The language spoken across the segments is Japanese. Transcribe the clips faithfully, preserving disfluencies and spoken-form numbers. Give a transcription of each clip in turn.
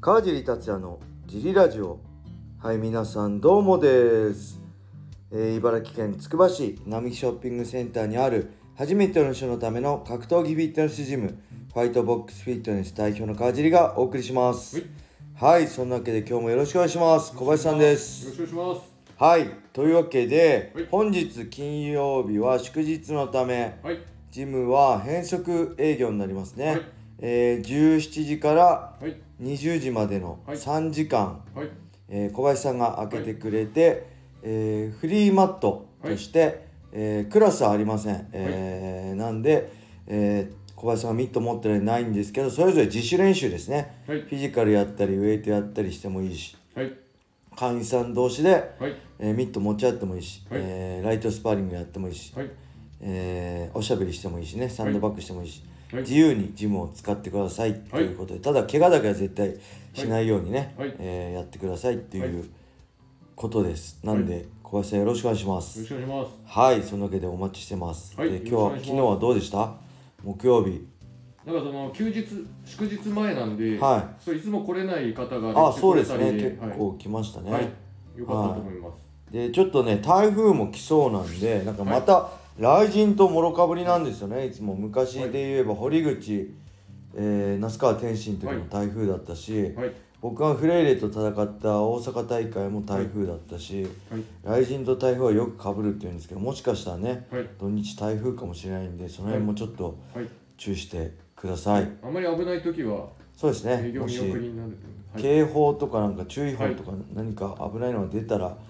川尻達也のジリラジオ。はい、皆さんどうもです、えー、茨城県つくば市並木ショッピングセンターにある初めての人のための格闘技フィットネスジム、ファイトボックスフィットネス代表の川尻がお送りします。はい、はい、そんなわけで今日もよろしくお願いします。小林さんです。 よろしくお願いします。 はい、というわけで、 はい、 本日金曜日は祝日のため、 はい、 ジムは変則営業になりますね。はい、えー、じゅうしちじからにじゅうじまでのさんじかん、はい、えー、小林さんが開けてくれて、はい、えー、フリーマットとして、はい、えー、クラスはありません、えーはい、なんで、えー、小林さんがミット持ってないんですけど、それぞれ自主練習ですね、はい、フィジカルやったりウェイトやったりしてもいいし、はい、会員さん同士で、はい、えー、ミット持ち合ってもいいし、はい、えー、ライトスパーリングやってもいいし、はい、えー、おしゃべりしてもいいしね、サンドバッグしてもいいし、はい、自由にジムを使ってくださいということで、ただ怪我だけは絶対しないようにね、はい、えー、やってくださいっていうことです。なんで、はい、小林さんよろしくお願いします。 よろしくお願いします。 はい、そのわけでお待ちしてます。はい、で今日は昨日はどうでした？木曜日。 なんかその休日祝日前なんで、はい、そういつも来れない方があ、そうですね、結構来ましたね。 はい、よかったと思います。 はい、でちょっとね台風も来そうなんで、なんかまた、はい、雷神ともろかぶりなんですよね。いつも昔で言えば堀口、えー、那須川天心の時も台風だったし、はい、僕がフレイレと戦った大阪大会も台風だったし、はい、雷神と台風はよくかぶるっていうんですけど、もしかしたらね、はい、土日台風かもしれないんで、その辺もちょっと注意してください。はい、 あまり危ない時はそうですね、もし警報とかなんか注意報とか何か危ないのが出たら、はい、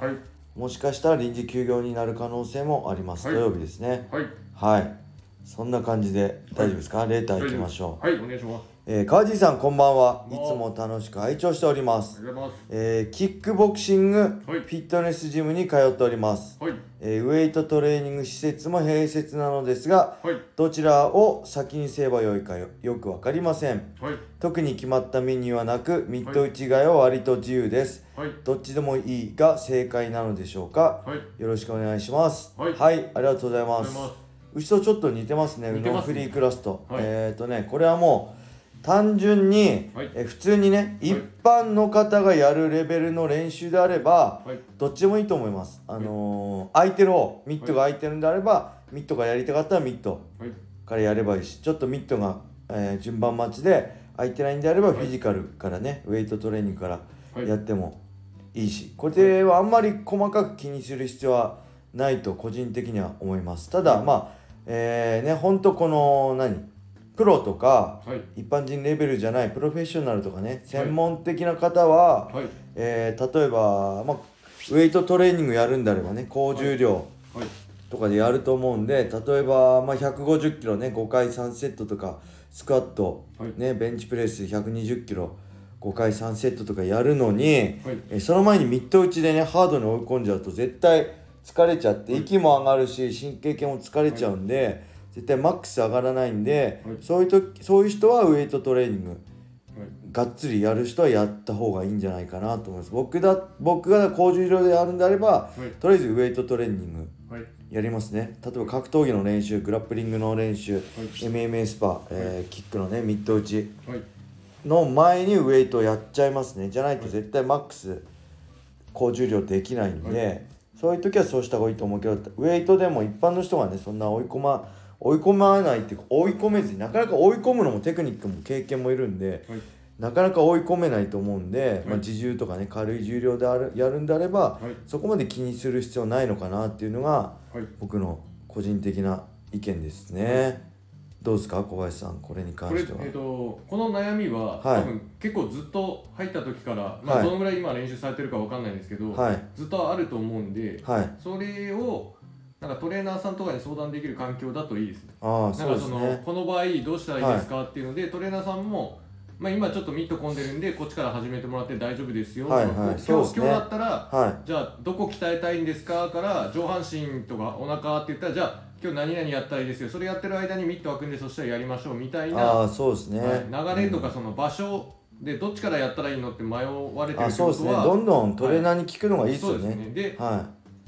もしかしたら臨時休業になる可能性もあります。はい、土曜日ですね。はい、はい、そんな感じで大丈夫ですか？はい、レーターいきましょう。 はい、お願いします。 えー、川尻さんこんばんは。いつも楽しく拝聴しております。ありがとうございます。えー、キックボクシング、はい、フィットネスジムに通っております。はい、えー、ウェイトトレーニング施設も併設なのですが、はい、どちらを先にすればよいか よ, よくわかりません。はい、特に決まったメニューはなく、ミット打ち以外は割と自由です。はい、どっちでもいいが正解なのでしょうか？はい、よろしくお願いします。はい、はい、ありがとうございます。うちとちょっと似てますね。うのフリークラスと。はい、えっ、ー、とね、これはもう単純に、はい、え普通にね、はい、一般の方がやるレベルの練習であれば、はい、どっちでもいいと思います。あのー、空いてる方、ミットが空いてるんであれば、ミットがやりたかったらミットからやればいいし、ちょっとミットが、えー、順番待ちで空いてないんであれば、フィジカルからね、ウェイトトレーニングからやってもいいし、これはあんまり細かく気にする必要はないと個人的には思います。ただ、まあ、えー、ね、ほんとこの、何プロとか、はい、一般人レベルじゃないプロフェッショナルとかね、専門的な方は、はい、えー、例えば、まあ、ウェイトトレーニングやるんであればね、高重量とかでやると思うんで、例えば、まあ、ひゃくごじゅっキロね、ごかいさんセットとか、スクワット、はい、ね、ベンチプレスひゃくにじゅっキロ、ごかいさんセットとかやるのに、はい、えその前にミット打ちでね、ハードに追い込んじゃうと絶対疲れちゃって、息も上がるし、神経系も疲れちゃうんで、はい、絶対マックス上がらないんで、はい、そういう時、そういう人はウェイトトレーニング、はい、がっつりやる人はやった方がいいんじゃないかなと思います。僕だ僕が高重量でやるんであれば、はい、とりあえずウェイトトレーニングやりますね。例えば格闘技の練習、グラップリングの練習、はい、エムエムエー スパ、はい、えー、キックのねミット打ちの前にウェイトやっちゃいますね。じゃないと絶対マックス高重量できないんで、はい、そういう時はそうした方がいいと思うけど、ウェイトでも一般の人がねそんな追い込ま追い込まないっていうか、追い込めずになかなか追い込むのもテクニックも経験もいるんで、はい、なかなか追い込めないと思うんで、はい、まあ、自重とかね軽い重量であるやるんであれば、はい、そこまで気にする必要ないのかなっていうのが、はい、僕の個人的な意見ですね。はい、どうですか小林さん、これに関しては。 これ、えーと、この悩みは、はい、多分結構ずっと入った時から、まあ、どのぐらい今練習されてるかわかんないんですけど、はい、ずっとあると思うんで、はい、それをなんかトレーナーさんとかに相談できる環境だといいですね。ああ、そうですね。なんかそのこの場合どうしたらいいですか、はい、っていうのでトレーナーさんも、まあ、今ちょっとミット込んでるんでこっちから始めてもらって大丈夫ですよ、はいはい、今日、今日だったら、はい、じゃあどこ鍛えたいんですかから上半身とかお腹って言ったらじゃあ今日何々やったらいいですよ、それやってる間にミット開くんでそしたらやりましょうみたいな、 ああそうですね、 はい、流れとかその場所でどっちからやったらいいのって迷われてるってことは、あ、 そうですね、どんどんトレーナーに聞くのがいいですよね。はい、そうですね。で、はい、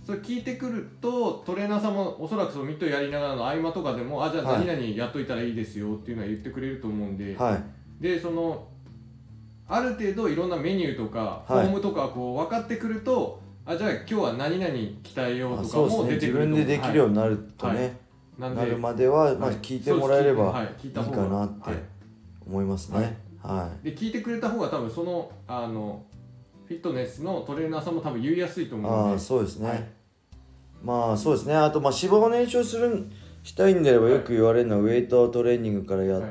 それ聞いてくるとトレーナーさんもおそらくそのミットやりながらの合間とかでもあじゃあ何々やっといたらいいですよっていうのは言ってくれると思うんで、はい、でそのある程度いろんなメニューとか、はい、フォームとかこう分かってくると、あじゃあ今日は何々鍛えようとかも出てくると、ね、自分でできるようになるとね、はい、なんでなるまでは、まあ、聞いてもらえればいいかなって思いますね。はいはい、 で聞いてくれた方が多分そのあのフィットネスのトレーナーさんも多分言いやすいと思うので。 あそうですね、はい、まあそうですね。あとまあ脂肪を燃焼するしたいんであればよく言われるのは、はい、ウェイトトレーニングからやって、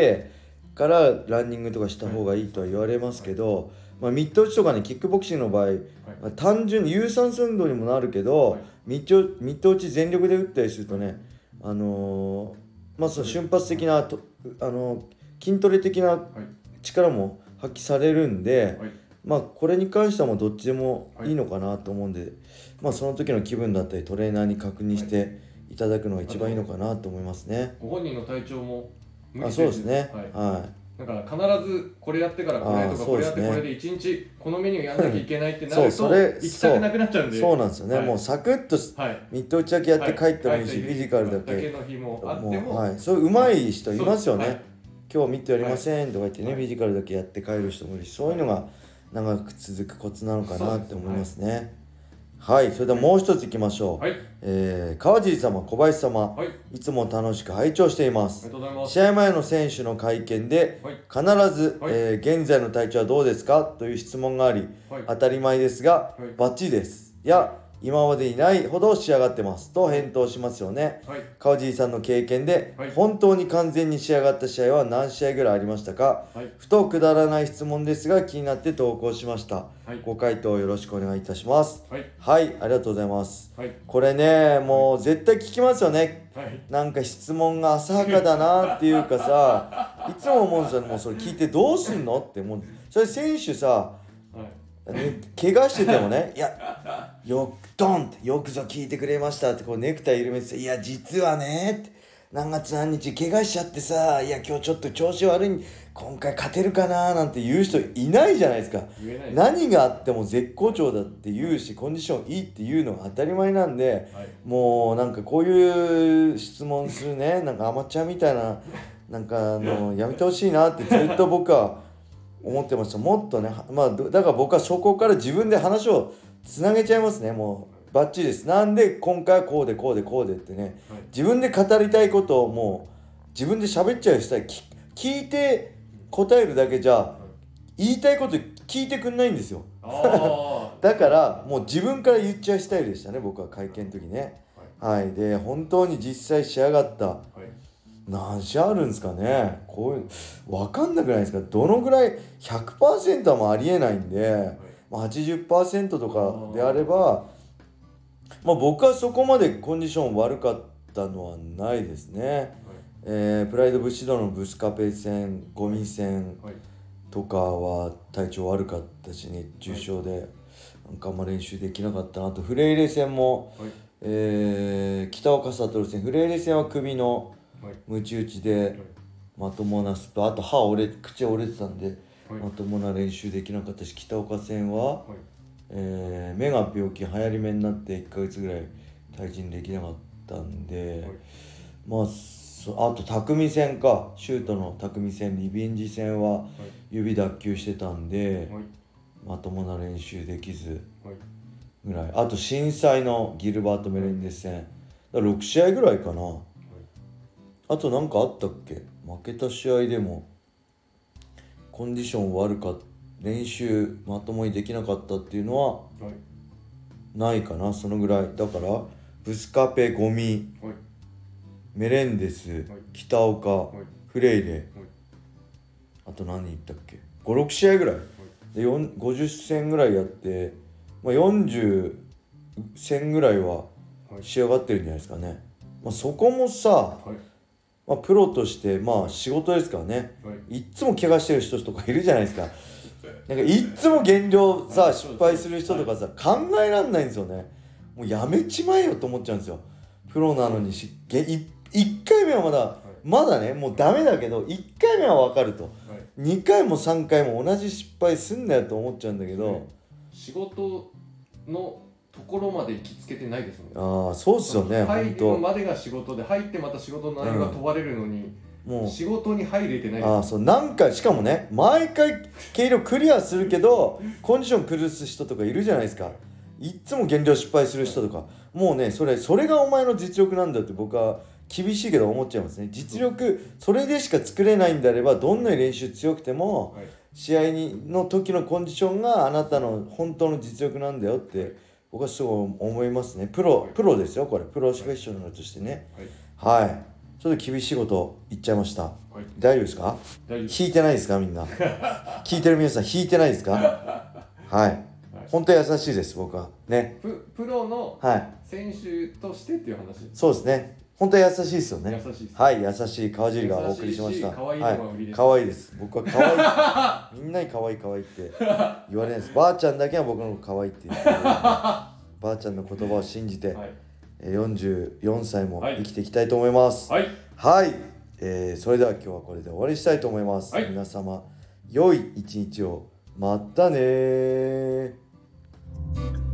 はい、からランニングとかした方がいいとは言われますけど、はいまあ、ミット打ちとかね、キックボクシングの場合、はいまあ、単純に有酸素運動にもなるけど、はい、ミット、ミット打ち全力で打ったりするとね、あのー、まあその瞬発的なと、あのー、筋トレ的な力も発揮されるんで、はい、まあこれに関してはもうどっちでもいいのかなと思うんで、はい、まあその時の気分だったりトレーナーに確認していただくのが一番いいのかなと思いますね。 ご本人の体調も無理せず、あ、そうですね。はい。はいだから必ずこれやってからこれとかこれやってこれでいちにちこのメニューやんなきゃいけないってなるとそうそれ行きたくなくなっちゃうんでそうなんですよね、はい、もうサクッとミット打ちだけやって帰ってもいいし、はい、フィジカルだけだけの日もあっても、 はい、そういう上手い人いますよね、はい、今日ミットやりませんとか言ってね、はい、フィジカルだけやって帰る人もいるし、そういうのが長く続くコツなのかなって思いますね。はい、それではもう一ついきましょう。はい、えー、川尻様、小林様、はい、いつも楽しく拝聴しています。 ありがとうございます。 試合前の選手の会見で、はい、必ず、はいえー、現在の体調はどうですかという質問があり、はい、当たり前ですが、はい、バッチリです。いや、今までにないほど仕上がってますと返答しますよね。はい、川尻さんの経験で、はい、本当に完全に仕上がった試合は何試合ぐらいありましたか、はい、ふとくだらない質問ですが気になって投稿しました。はい、ご回答よろしくお願いいたします。はい、はい、ありがとうございます。はい、これね、もう絶対聞きますよね。はい、なんか質問が浅はかだなっていうかさ、いつも思うんですよね。もうそれ聞いてどうすんのってもうそれ選手さ。ね、怪我しててもね、いや、よ、ドンって、よくぞ聞いてくれましたって、こうネクタイ緩めてさ、いや、実はね、って何月何日怪我しちゃってさ、いや、今日ちょっと調子悪い、今回勝てるかななんて言う人いないじゃないですか。何があっても絶好調だって言うし、コンディションいいっていうのが当たり前なんで、はい、もうなんかこういう質問するね、なんかアマチュアみたいな、なんかあの、やめてほしいなってずっと僕は、思ってました。もっとね、まあだから僕はそこから自分で話をつなげちゃいますね。もうバッチリです。なんで今回はこうでこうでこうでってね、はい、自分で語りたいことをもう自分で喋っちゃうしたい。聞いて答えるだけじゃ言いたいこと聞いてくんないんですよ。だからもう自分から言っちゃうスタイルでしたね。僕は会見の時ね。はい、はい、で本当に実際仕上がった。はい何試合あるんですかね。こういう分かんなくないですか。どのぐらい ひゃくパーセント はもうありえないんで、はいまあ、はちじゅっパーセント とかであればまあ僕はそこまでコンディション悪かったのはないですね、はいえー、プライドブシドのブスカペ戦ゴミ戦とかは体調悪かったし熱中症でなんかあんま練習できなかったなと。フレイレ戦も、はいえー、北岡悟戦フレイレ戦は首のムチ打ちでまともなスパあと歯折れ口折れてたんで、はい、まともな練習できなかったし北岡戦は、はいえー、目が病気流行り目になっていっかげつぐらい退陣できなかったんで、はい、まああと匠戦かシュートの匠戦リベンジ戦は指脱臼してたんで、はい、まともな練習できずぐらいあと震災のギルバート・メレンデス戦だからろく試合ぐらいかな。あと何かあったっけ。負けた試合でもコンディション悪かった練習まともにできなかったっていうのはないかな。そのぐらいだからブスカペゴミ、はい、メレンデス、はい、北岡、はい、フレイレ、はい、あと何言ったっけごろく試合ぐらい、はい、でごじゅっ戦ぐらいやって、まあ、よんじゅう戦ぐらいは仕上がってるんじゃないですかね。まあ、そこもさ、はいまあ、プロとしてまあ仕事ですからね、はい、いっつも怪我してる人とかいるじゃないですか。なんかいっつも減量さ、はい、失敗する人とかさ、はい、考えらんないんですよね。もうやめちまえよと思っちゃうんですよ。プロなのにしいいっかいめはまだ、はい、まだねもうダメだけどいっかいめは分かると、はい、にかいもさんかいも同じ失敗すんなよと思っちゃうんだけど、はい、 仕事のところまで行きつけてないですもんね。 ああそうっすよね。 入るまでが仕事で入ってまた仕事の内容が問われるのに、 もう仕事に入れてないです。 ああそうなんかしかもね毎回計量クリアするけどコンディション崩す人とかいるじゃないですか。いっつも減量失敗する人とか、もうねそれそれがお前の実力なんだって僕は厳しいけど思っちゃいますね。実力それでしか作れないんであればどんなに練習強くても、はい、試合にの時のコンディションがあなたの本当の実力なんだよって僕はすごい思いますね。プロプロですよこれ、プロフェッショナルとしてね。はい、はい、ちょっと厳しいこと言っちゃいました、はい、大丈夫ですか？引いてないですかみんな聞いてる皆さん引いてないですか？はい、本当に優しいです僕はね。 プ, プロの選手としてっていう話、はい、 そうですね。本当に優しいですよね。 優しいです。 はい、優しい川尻がお送りしました。 可愛いのが売りです。 可愛いです。僕は可愛い。みんなに可愛い可愛いって言われないです。ばあちゃんだけは僕の可愛いって言ってる。ばあちゃんの言葉を信じて、はい、よんじゅうよんさいも生きていきたいと思います。はい。はい、えー、それでは今日はこれで終わりにしたいと思います。はい、皆様良い一日を。またねー。